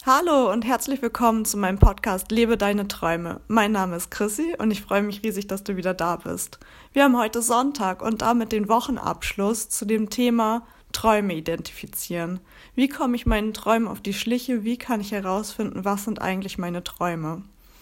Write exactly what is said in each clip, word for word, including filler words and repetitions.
Hallo und herzlich willkommen zu meinem Podcast Lebe deine Träume. Mein Name ist Chrissy und ich freue mich riesig, dass du wieder da bist. Wir haben heute Sonntag und damit den Wochenabschluss zu dem Thema Träume identifizieren. Wie komme ich meinen Träumen auf die Schliche? Wie kann ich herausfinden, was sind eigentlich meine Träume?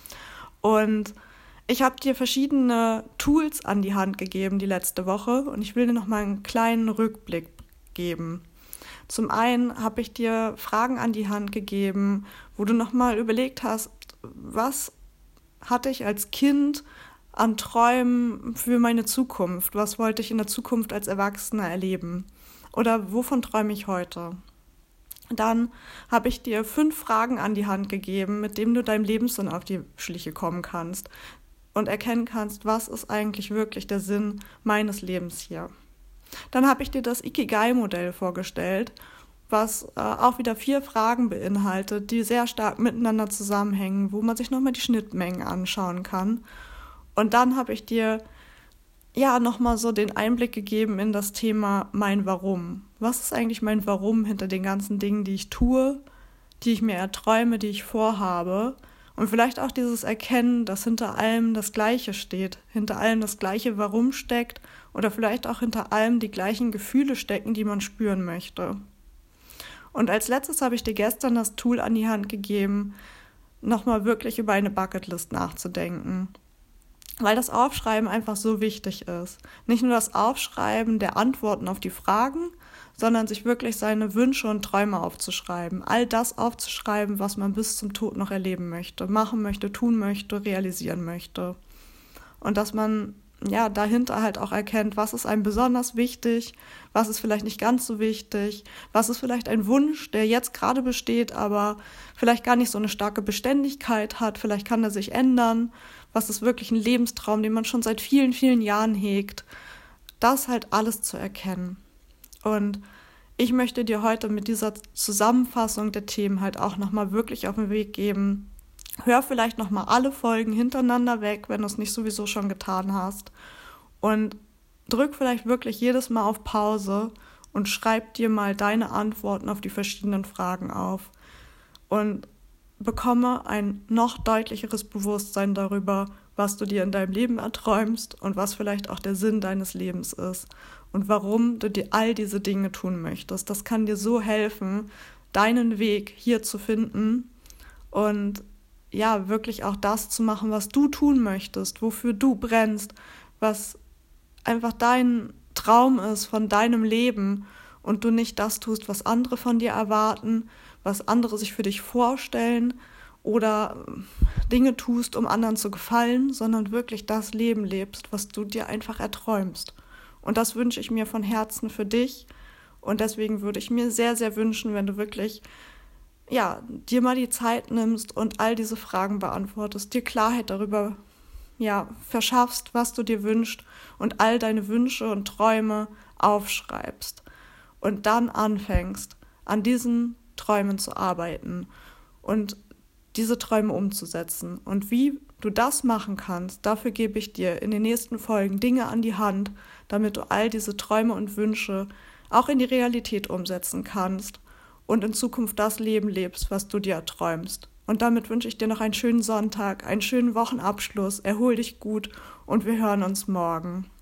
Und ich habe dir verschiedene Tools an die Hand gegeben die letzte Woche und ich will dir noch mal einen kleinen Rückblick geben. Zum einen habe ich dir Fragen an die Hand gegeben, wo du nochmal überlegt hast, was hatte ich als Kind an Träumen für meine Zukunft? Was wollte ich in der Zukunft als Erwachsener erleben? Oder wovon träume ich heute? Dann habe ich dir fünf Fragen an die Hand gegeben, mit denen du deinem Lebenssinn auf die Schliche kommen kannst und erkennen kannst, was ist eigentlich wirklich der Sinn meines Lebens hier. Dann habe ich dir das Ikigai-Modell vorgestellt, was äh, auch wieder vier Fragen beinhaltet, die sehr stark miteinander zusammenhängen, wo man sich nochmal die Schnittmengen anschauen kann. Und dann habe ich dir ja nochmal so den Einblick gegeben in das Thema mein Warum. Was ist eigentlich mein Warum hinter den ganzen Dingen, die ich tue, die ich mir erträume, die ich vorhabe? Und vielleicht auch dieses Erkennen, dass hinter allem das Gleiche steht, hinter allem das gleiche Warum steckt oder vielleicht auch hinter allem die gleichen Gefühle stecken, die man spüren möchte. Und als letztes habe ich dir gestern das Tool an die Hand gegeben, nochmal wirklich über eine Bucketlist nachzudenken. Weil das Aufschreiben einfach so wichtig ist. Nicht nur das Aufschreiben der Antworten auf die Fragen, sondern sich wirklich seine Wünsche und Träume aufzuschreiben. All das aufzuschreiben, was man bis zum Tod noch erleben möchte, machen möchte, tun möchte, realisieren möchte. Und dass man ja dahinter halt auch erkennt, was ist einem besonders wichtig, was ist vielleicht nicht ganz so wichtig, was ist vielleicht ein Wunsch, der jetzt gerade besteht, aber vielleicht gar nicht so eine starke Beständigkeit hat, vielleicht kann er sich ändern, was ist wirklich ein Lebenstraum, den man schon seit vielen, vielen Jahren hegt. Das halt alles zu erkennen. Und ich möchte dir heute mit dieser Zusammenfassung der Themen halt auch nochmal wirklich auf den Weg geben. Hör vielleicht nochmal alle Folgen hintereinander weg, wenn du es nicht sowieso schon getan hast. Und drück vielleicht wirklich jedes Mal auf Pause und schreib dir mal deine Antworten auf die verschiedenen Fragen auf. Und bekomme ein noch deutlicheres Bewusstsein darüber, was du dir in deinem Leben erträumst und was vielleicht auch der Sinn deines Lebens ist und warum du dir all diese Dinge tun möchtest. Das kann dir so helfen, deinen Weg hier zu finden und ja, wirklich auch das zu machen, was du tun möchtest, wofür du brennst, was einfach dein Traum ist von deinem Leben und du nicht das tust, was andere von dir erwarten, was andere sich für dich vorstellen oder Dinge tust, um anderen zu gefallen, sondern wirklich das Leben lebst, was du dir einfach erträumst. Und das wünsche ich mir von Herzen für dich und deswegen würde ich mir sehr, sehr wünschen, wenn du wirklich ja, dir mal die Zeit nimmst und all diese Fragen beantwortest, dir Klarheit darüber ja, verschaffst, was du dir wünschst und all deine Wünsche und Träume aufschreibst und dann anfängst, an diesen Träumen zu arbeiten und diese Träume umzusetzen. Und wie du das machen kannst, dafür gebe ich dir in den nächsten Folgen Dinge an die Hand, damit du all diese Träume und Wünsche auch in die Realität umsetzen kannst und in Zukunft das Leben lebst, was du dir erträumst. Und damit wünsche ich dir noch einen schönen Sonntag, einen schönen Wochenabschluss, erhol dich gut und wir hören uns morgen.